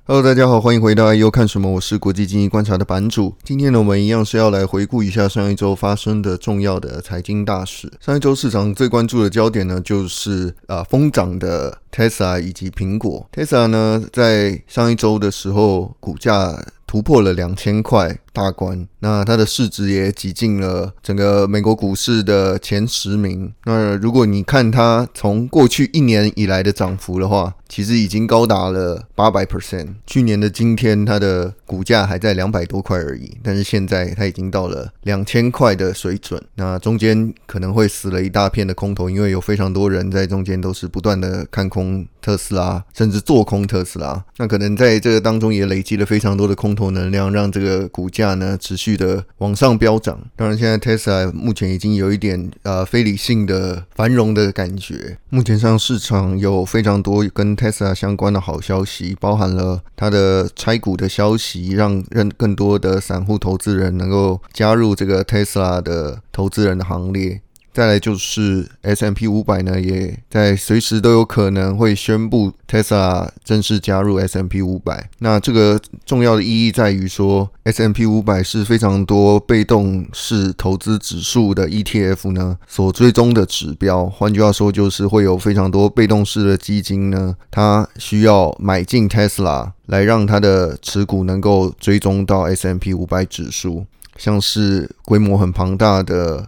Hello， 大家好，欢迎回到IEO看什么，我是国际经济观察的版主。今天呢，我们一样是要来回顾一下上一周发生的重要的财经大事。上一周市场最关注的焦点呢，就是疯涨的 Tesla 以及苹果。Tesla 呢，在上一周的时候，股价突破了2000块大关，那它的市值也挤进了整个美国股市的前10名。那如果你看它从过去1年以来的涨幅的话，其实已经高达了 800%。去年的今天，它的股价还在200多块而已，但是现在它已经到了2000块的水准。那中间可能会死了一大片的空头，因为有非常多人在中间都是不断的看空特斯拉，甚至做空特斯拉。那可能在这个当中也累积了非常多的空头能量，让这个股价呢持续的往上飙涨。当然现在 Tesla 目前已经有一点非理性的繁荣的感觉。目前上市场有非常多跟 Tesla 相关的好消息，包含了它的拆股的消息，让更多的散户投资人能够加入这个 Tesla 的投资人的行列。再来就是 S&P 500 呢，也在随时都有可能会宣布 Tesla 正式加入 S&P 500。那这个重要的意义在于说 S&P 500是非常多被动式投资指数的 ETF 呢所追踪的指标。换句话说，就是会有非常多被动式的基金呢，它需要买进 Tesla 来让它的持股能够追踪到 S&P 500指数。像是规模很庞大的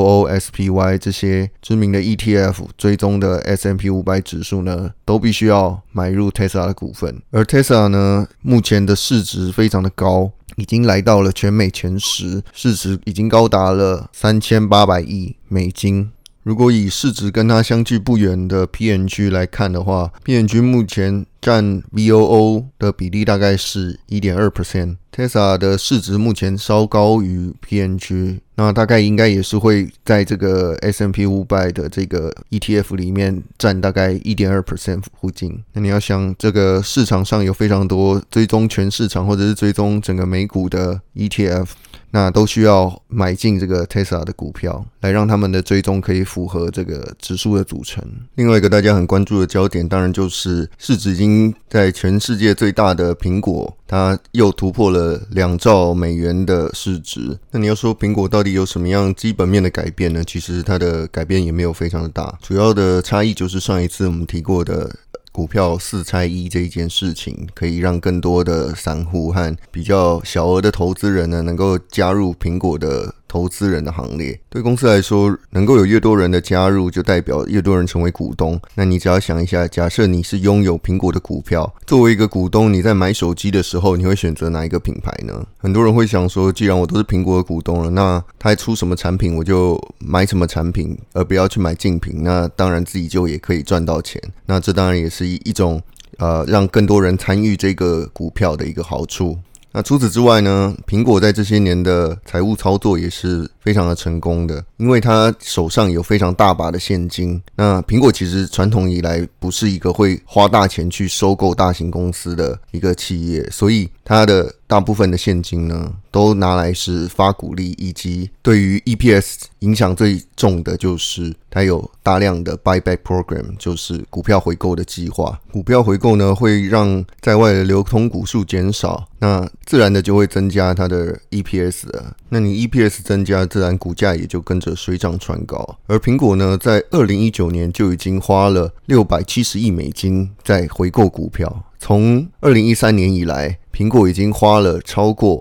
VOO、SPY 这些知名的 ETF 追踪的 S&P 500指数呢，都必须要买入 Tesla 的股份。而 Tesla 呢，目前的市值非常的高，已经来到了全美前10，市值已经高达了3800亿美金。如果以市值跟它相距不远的 P&G 来看的话， P&G 目前占 VOO 的比例大概是 1.2%。 Tesla 的市值目前稍高于 P&G， 那大概应该也是会在这个 S&P 500的这个 ETF 里面占大概 1.2% 附近。那你要想，这个市场上有非常多追踪全市场或者是追踪整个美股的 ETF，那都需要买进这个 Tesla 的股票，来让他们的追踪可以符合这个指数的组成。另外一个大家很关注的焦点，当然就是市值已经在全世界最大的苹果，它又突破了2兆美元的市值。那你要说苹果到底有什么样基本面的改变呢？其实它的改变也没有非常的大，主要的差异就是上一次我们提过的股票4拆1这一件事情，可以让更多的散户和比较小额的投资人呢，能够加入苹果的投资人的行列。对公司来说，能够有越多人的加入，就代表越多人成为股东。那你只要想一下，假设你是拥有苹果的股票，作为一个股东，你在买手机的时候，你会选择哪一个品牌呢？很多人会想说，既然我都是苹果的股东了，那它出什么产品我就买什么产品，而不要去买竞品，那当然自己就也可以赚到钱。那这当然也是一种让更多人参与这个股票的一个好处。那除此之外呢，苹果在这些年的财务操作也是非常的成功的，因为它手上有非常大把的现金。那苹果其实传统以来不是一个会花大钱去收购大型公司的一个企业，所以它的大部分的现金呢，都拿来是发股利，以及对于 EPS 影响最重的就是它有大量的 buyback program， 就是股票回购的计划。股票回购呢，会让在外的流通股数减少，那自然的就会增加它的 EPS 了。那你 EPS 增加，自然股价也就跟着水涨船高。而苹果呢，在2019年就已经花了670亿美金在回购股票。从2013年以来，苹果已经花了超过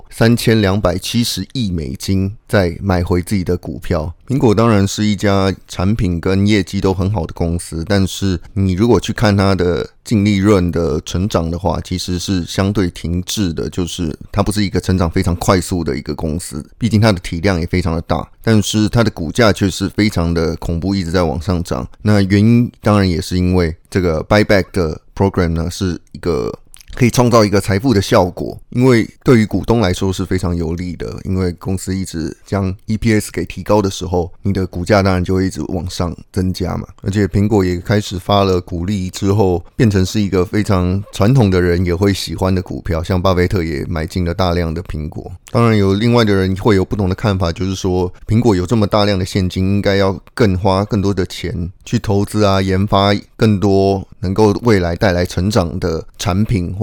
3270亿美金在买回自己的股票。苹果当然是一家产品跟业绩都很好的公司，但是你如果去看它的净利润的成长的话，其实是相对停滞的，就是它不是一个成长非常快速的一个公司，毕竟它的体量也非常的大，但是它的股价却是非常的恐怖，一直在往上涨。那原因当然也是因为这个 buyback 的 program 呢，是一个可以创造一个财富的效果，因为对于股东来说是非常有利的，因为公司一直将 EPS 给提高的时候，你的股价当然就会一直往上增加嘛。而且苹果也开始发了股利之后，变成是一个非常传统的人也会喜欢的股票，像巴菲特也买进了大量的苹果。当然有另外的人会有不同的看法，就是说苹果有这么大量的现金，应该要花更多的钱去投资啊，研发更多能够未来带来成长的产品或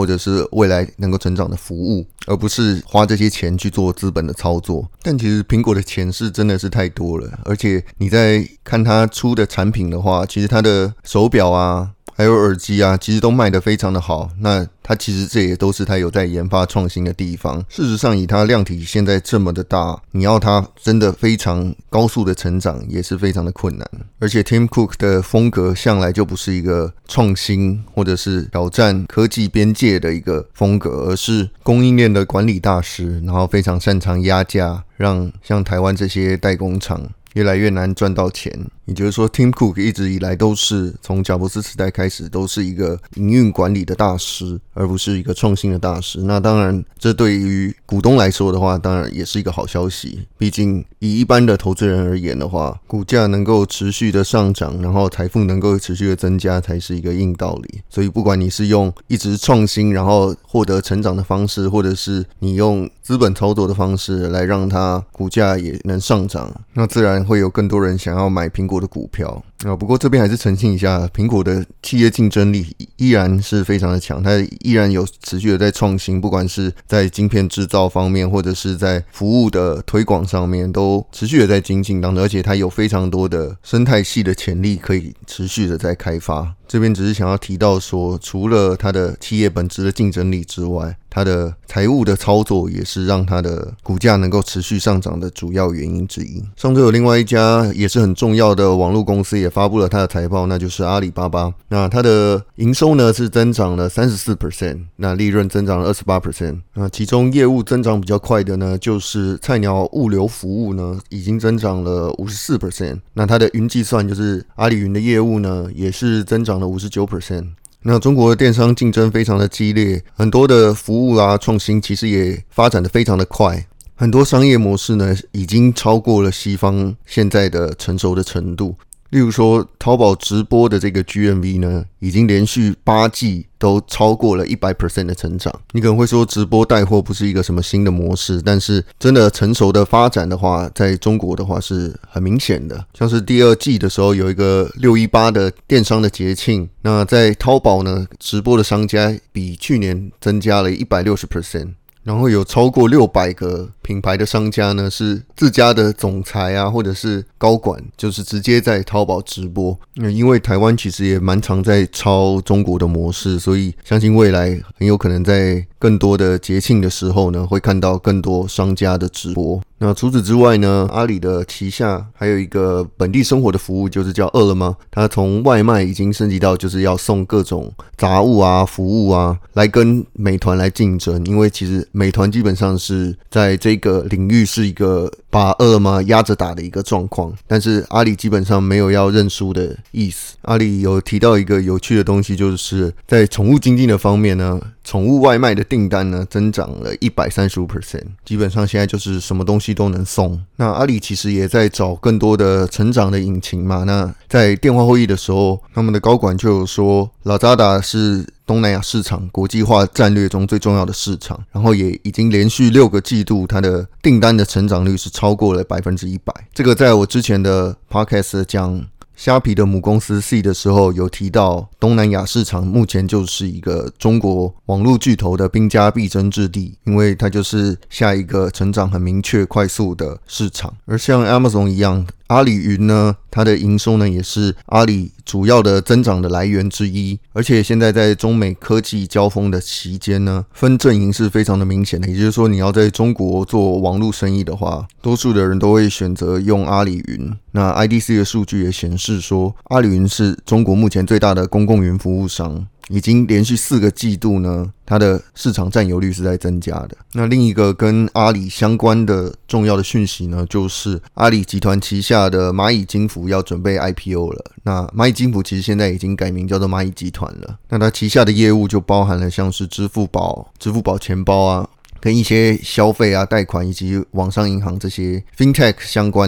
或者是未来能够成长的服务，而不是花这些钱去做资本的操作。但其实苹果的钱是真的是太多了，而且你在看它出的产品的话，其实它的手表啊还有耳机啊，其实都卖得非常的好。那它其实这也都是它有在研发创新的地方。事实上，以它量体现在这么的大，你要它真的非常高速的成长，也是非常的困难。而且 Tim Cook 的风格向来就不是一个创新或者是挑战科技边界的一个风格，而是供应链的管理大师，然后非常擅长压价，让像台湾这些代工厂越来越难赚到钱。也就是说 Tim Cook 一直以来都是从贾伯斯时代开始都是一个营运管理的大师，而不是一个创新的大师。那当然这对于股东来说的话，当然也是一个好消息。毕竟以一般的投资人而言的话，股价能够持续的上涨，然后财富能够持续的增加才是一个硬道理。所以不管你是用一直创新然后获得成长的方式，或者是你用资本操作的方式来让它股价也能上涨，那自然会有更多人想要买苹果的股票。不过这边还是澄清一下，苹果的企业竞争力依然是非常的强，它依然有持续的在创新，不管是在晶片制造方面，或者是在服务的推广上面，都持续的在精进当中，而且它有非常多的生态系的潜力可以持续的在开发。这边只是想要提到说，除了它的企业本质的竞争力之外，它的财务的操作也是让它的股价能够持续上涨的主要原因之一。上周有另外一家也是很重要的网络公司也发布了它的财报，那就是阿里巴巴。那它的营收呢是增长了 34%， 那利润增长了 28%。那其中业务增长比较快的呢，就是菜鸟物流服务呢已经增长了 54%。那它的云计算就是阿里云的业务呢，也是增长了 59%。那中国的电商竞争非常的激烈，很多的服务啊创新其实也发展的非常的快，很多商业模式呢已经超过了西方现在的成熟的程度。例如说淘宝直播的这个 GMV 呢，已经连续8季都超过了 100% 的成长。你可能会说直播带货不是一个什么新的模式，但是真的成熟的发展的话，在中国的话是很明显的。像是第2季的时候有一个618的电商的节庆，那在淘宝呢直播的商家比去年增加了 160%。然后有超过600个品牌的商家呢，是自家的总裁啊，或者是高管，就是直接在淘宝直播。因为台湾其实也蛮常在抄中国的模式，所以相信未来很有可能在更多的节庆的时候呢，会看到更多商家的直播。那除此之外呢，阿里的旗下还有一个本地生活的服务，就是叫饿了么。它从外卖已经升级到就是要送各种杂物啊、服务啊，来跟美团来竞争。因为其实美团基本上是在这个领域是一个把饿了么压着打的一个状况，但是阿里基本上没有要认输的意思。阿里有提到一个有趣的东西，就是在宠物经济的方面呢，宠物外卖的订单呢增长了 135%， 基本上现在就是什么东西都能送。那阿里其实也在找更多的成长的引擎嘛。那在电话会议的时候，他们的高管就有说，Lazada是东南亚市场国际化战略中最重要的市场，然后也已经连续6个季度它的订单的成长率是超过了 100%。 这个在我之前的 podcast 讲虾皮的母公司 C 的时候有提到，东南亚市场目前就是一个中国网络巨头的兵家必争之地，因为它就是下一个成长很明确快速的市场。而像 Amazon 一样，阿里云呢，它的营收呢也是阿里主要的增长的来源之一。而且现在在中美科技交锋的期间呢，分阵营是非常的明显的。也就是说，你要在中国做网络生意的话，多数的人都会选择用阿里云。那 IDC 的数据也显示说，阿里云是中国目前最大的公共云服务商，已经连续4个季度呢，它的市场占有率是在增加的。那另一个跟阿里相关的重要的讯息呢，就是阿里集团旗下的蚂蚁金服要准备 IPO 了。那蚂蚁金服其实现在已经改名叫做蚂蚁集团了。那它旗下的业务就包含了像是支付宝钱包啊，跟一些消费啊、贷款以及网上银行这些 fintech 相关的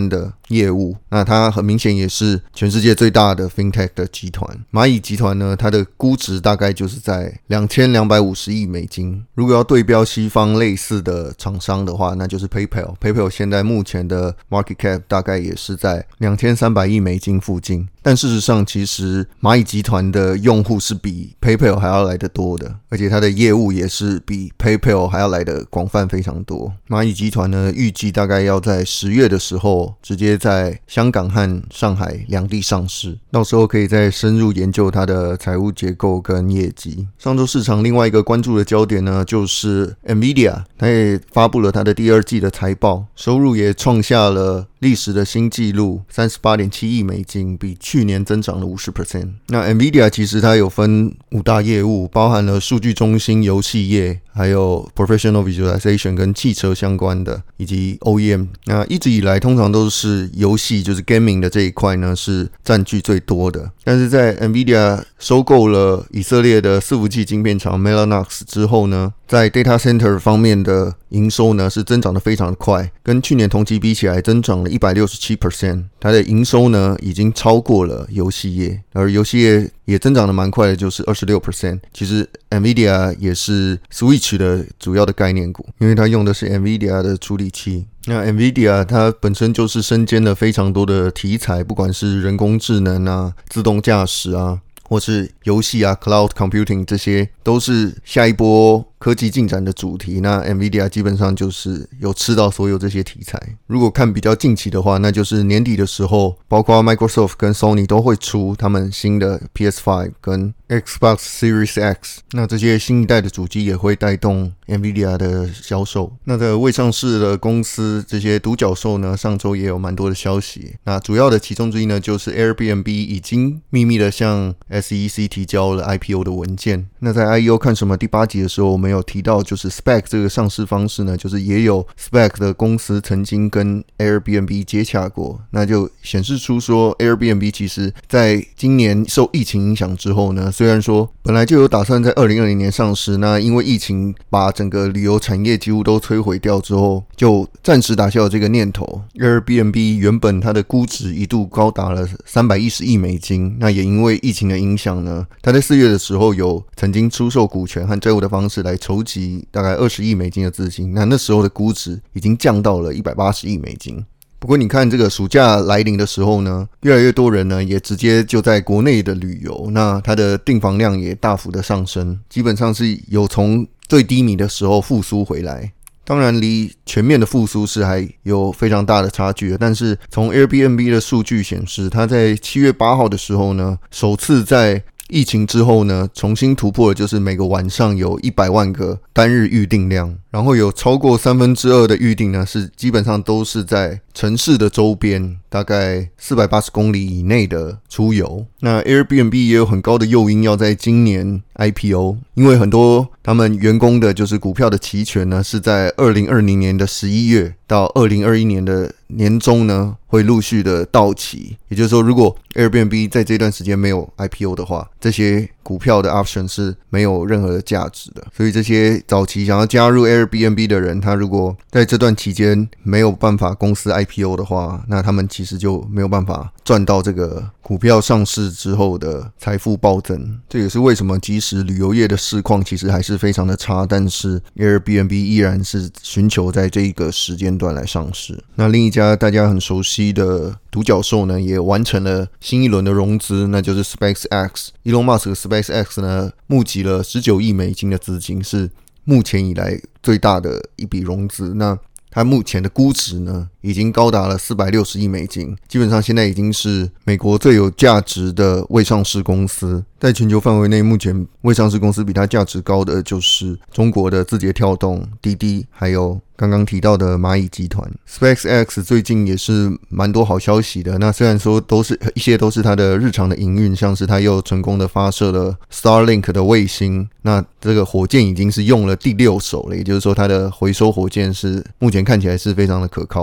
业务，那它很明显也是全世界最大的 FinTech 的集团。蚂蚁集团呢，它的估值大概就是在2250亿美金。如果要对标西方类似的厂商的话，那就是 PayPal。PayPal 现在目前的 market cap 大概也是在2300亿美金附近。但事实上，其实蚂蚁集团的用户是比 PayPal 还要来得多的，而且它的业务也是比 PayPal 还要来得广泛非常多。蚂蚁集团呢，预计大概要在10月的时候直接在香港和上海两地上市，到时候可以再深入研究它的财务结构跟业绩。上周市场另外一个关注的焦点呢，就是 NVIDIA， 它也发布了它的第二季的财报，收入也创下了历史的新纪录 38.7 亿美金，比去年增长了 50%。 那 NVIDIA 其实它有分5大业务，包含了数据中心、游戏业，还有 Professional Visualization 跟汽车相关的，以及 OEM。 那一直以来通常都是游戏，就是 gaming 的这一块呢是占据最多的。但是在 NVIDIA 收购了以色列的伺服器晶片厂 Mellanox 之后呢，在 Data Center 方面的营收呢是增长得非常的快，跟去年同期比起来增长了 167%。 它的营收呢已经超过了游戏业，而游戏业也增长得蛮快的，就是 26%。 其实 NVIDIA 也是 Switch 的主要的概念股，因为它用的是 NVIDIA 的处理器。那 NVIDIA 它本身就是身兼了非常多的题材，不管是人工智能啊、自动驾驶啊，或是游戏啊 Cloud Computing， 这些都是下一波科技进展的主题。那 NVIDIA 基本上就是有吃到所有这些题材。如果看比较近期的话，那就是年底的时候，包括 Microsoft 跟 Sony 都会出他们新的 PS5 跟 Xbox Series X， 那这些新一代的主机也会带动 NVIDIA 的销售。那在未上市的公司，这些独角兽呢，上周也有蛮多的消息。那主要的其中之一呢，就是 Airbnb 已经秘密的向 SEC 提交了 IPO 的文件。那在 IEO 看什么第8集的时候，我们有提到，就是 SPAC 这个上市方式呢，就是也有 SPAC 的公司曾经跟 Airbnb 接洽过，那就显示出说 Airbnb 其实在今年受疫情影响之后呢，虽然说本来就有打算在2020年上市，那因为疫情把整个旅游产业几乎都摧毁掉之后，就暂时打消了这个念头。 Airbnb 原本它的估值一度高达了310亿美金，那也因为疫情的影响呢，它在4月的时候有曾经出售股权和债务的方式来筹集大概20亿美金的资金，那时候的估值已经降到了180亿美金。不过你看这个暑假来临的时候呢，越来越多人呢也直接就在国内的旅游，那它的订房量也大幅的上升，基本上是有从最低迷的时候复苏回来。当然离全面的复苏是还有非常大的差距的，但是从 Airbnb 的数据显示，它在7月8号的时候呢，首次在疫情之后呢，重新突破了就是每个晚上有100万个单日预订量，然后有超过2/3的预订呢是基本上都是在城市的周边，大概480公里以内的出游。那 Airbnb 也有很高的诱因要在今年 IPO， 因为很多他们员工的就是股票的期权呢是在2020年的11月到2021年的年中呢会陆续的到期，也就是说如果 Airbnb 在这段时间没有 IPO 的话，这些股票的 option 是没有任何的价值的。所以这些早期想要加入 Airbnb 的人，他如果在这段期间没有办法公司 IPO 的话，那他们其实就没有办法赚到这个股票上市之后的财富暴增。这也是为什么即使旅游业的市况其实还是非常的差，但是 Airbnb 依然是寻求在这一个时间段来上市。那另一家大家很熟悉的独角兽呢，也完成了新一轮的融资，那就是 SpaceX。Elon Musk 的 SpaceX 呢，募集了19亿美金的资金，是目前以来最大的一笔融资。那它目前的估值呢，已经高达了460亿美金，基本上现在已经是美国最有价值的未上市公司。在全球范围内，目前未上市公司比它价值高的就是中国的字节跳动、滴滴，还有刚刚提到的蚂蚁集团。 SpaceX 最近也是蛮多好消息的，那虽然说一些都是它的日常的营运，像是它又成功的发射了 Starlink 的卫星，那这个火箭已经是用了第6手了，也就是说它的回收火箭是目前看起来是非常的可靠的。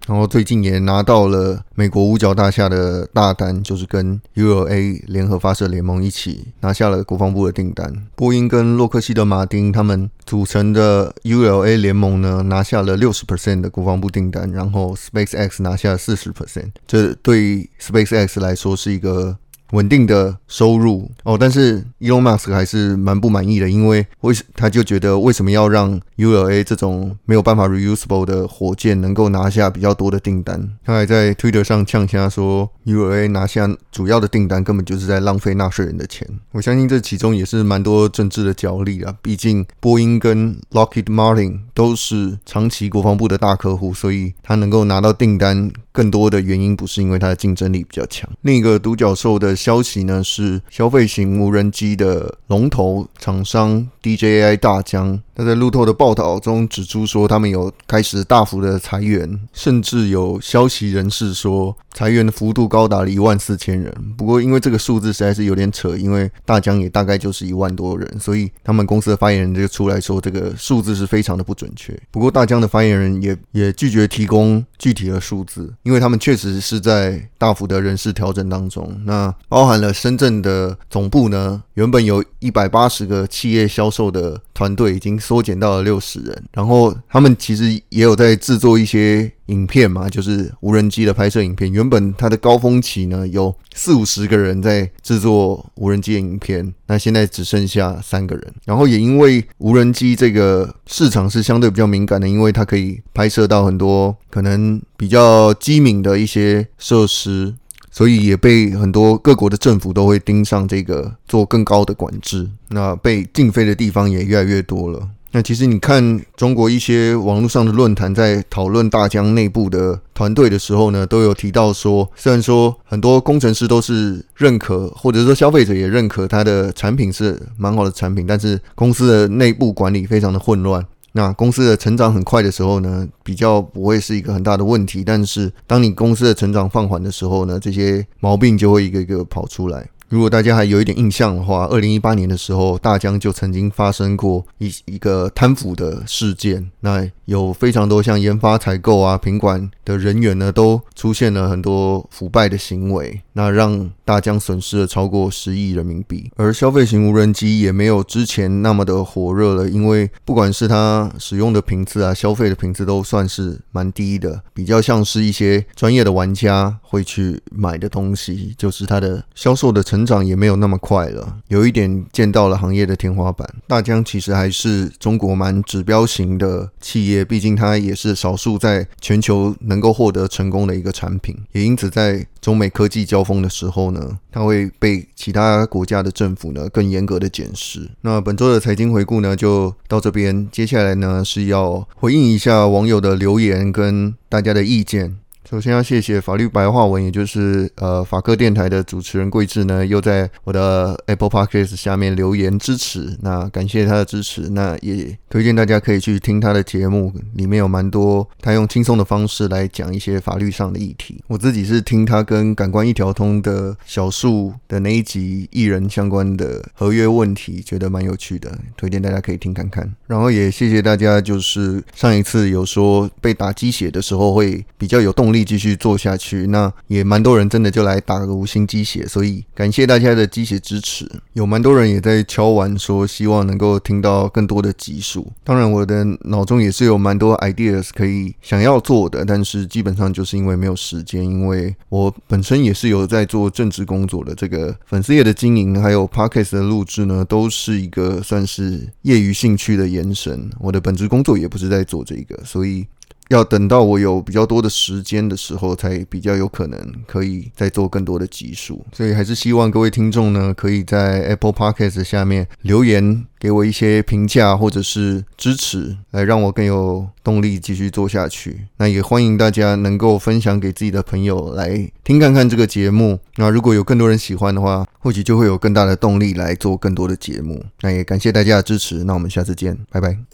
然后最近也拿到了美国五角大厦的大单，就是跟 ULA 联合发射联盟一起拿下了国防部的订单。波音跟洛克希德马丁他们组成的 ULA 联盟呢，拿下了 60% 的国防部订单，然后 SpaceX 拿下了 40%， 这对 SpaceX 来说是一个稳定的收入但是 Elon Musk 还是蛮不满意的，因为他就觉得为什么要让 ULA 这种没有办法 reusable 的火箭能够拿下比较多的订单。他还在 Twitter 上呛瞎说 ULA 拿下主要的订单根本就是在浪费纳税人的钱。我相信这其中也是蛮多政治的角力啦，毕竟波音跟 Lockheed Martin 都是长期国防部的大客户，所以他能够拿到订单更多的原因不是因为他的竞争力比较强。另一个独角兽的消息呢，是消费型无人机的龙头厂商 DJI 大疆，他在路透的报道中指出说，他们有开始大幅的裁员，甚至有消息人士说裁员的幅度高达了14000人。不过因为这个数字实在是有点扯，因为大疆也大概就是1万多人，所以他们公司的发言人就出来说这个数字是非常的不准确。不过大疆的发言人也拒绝提供具体的数字，因为他们确实是在大幅的人事调整当中。那包含了深圳的总部呢，原本有180个企业销售的团队已经缩减到了60人，然后他们其实也有在制作一些影片嘛，就是无人机的拍摄影片。原本它的高峰期呢，有40-50个人在制作无人机的影片，那现在只剩下3个人。然后也因为无人机这个市场是相对比较敏感的，因为它可以拍摄到很多可能比较机敏的一些设施，所以也被很多各国的政府都会盯上这个做更高的管制，那被禁飞的地方也越来越多了。那其实你看中国一些网络上的论坛在讨论大疆内部的团队的时候呢，都有提到说，虽然说很多工程师都是认可，或者说消费者也认可它的产品是蛮好的产品，但是公司的内部管理非常的混乱。那公司的成长很快的时候呢，比较不会是一个很大的问题，但是当你公司的成长放缓的时候呢，这些毛病就会一个一个跑出来。如果大家还有一点印象的话，2018年的时候，大疆就曾经发生过一个贪腐的事件，那有非常多像研发、采购啊、品管的人员呢，都出现了很多腐败的行为，那让大疆损失了超过10亿人民币。而消费型无人机也没有之前那么的火热了，因为不管是它使用的频次啊、消费的频次都算是蛮低的，比较像是一些专业的玩家会去买的东西，就是它的销售的成长也没有那么快了，有一点见到了行业的天花板。大疆其实还是中国蛮指标型的企业，毕竟它也是少数在全球能够获得成功的一个产品，也因此在中美科技交锋的时候呢，它会被其他国家的政府呢更严格的检视。那本周的财经回顾呢就到这边，接下来呢是要回应一下网友的留言跟大家的意见。首先要谢谢法律白话文，也就是法科电台的主持人桂智呢，又在我的 Apple Podcast 下面留言支持，那感谢他的支持，那也推荐大家可以去听他的节目，里面有蛮多他用轻松的方式来讲一些法律上的议题。我自己是听他跟感官一条通的小树的那一集艺人相关的合约问题，觉得蛮有趣的，推荐大家可以听看看。然后也谢谢大家，就是上一次有说被打鸡血的时候会比较有动力继续做下去，那也蛮多人真的就来打个无心鸡血，所以感谢大家的鸡血支持。有蛮多人也在敲碗说希望能够听到更多的集数，当然我的脑中也是有蛮多 ideas 可以想要做的，但是基本上就是因为没有时间，因为我本身也是有在做正职工作的，这个粉丝页的经营还有 podcast 的录制呢，都是一个算是业余兴趣的延伸，我的本职工作也不是在做这个，所以要等到我有比较多的时间的时候，才比较有可能可以再做更多的集数。所以还是希望各位听众呢，可以在 Apple Podcast 下面留言给我一些评价或者是支持，来让我更有动力继续做下去。那也欢迎大家能够分享给自己的朋友来听看看这个节目。那如果有更多人喜欢的话，或许就会有更大的动力来做更多的节目。那也感谢大家的支持，那我们下次见，拜拜。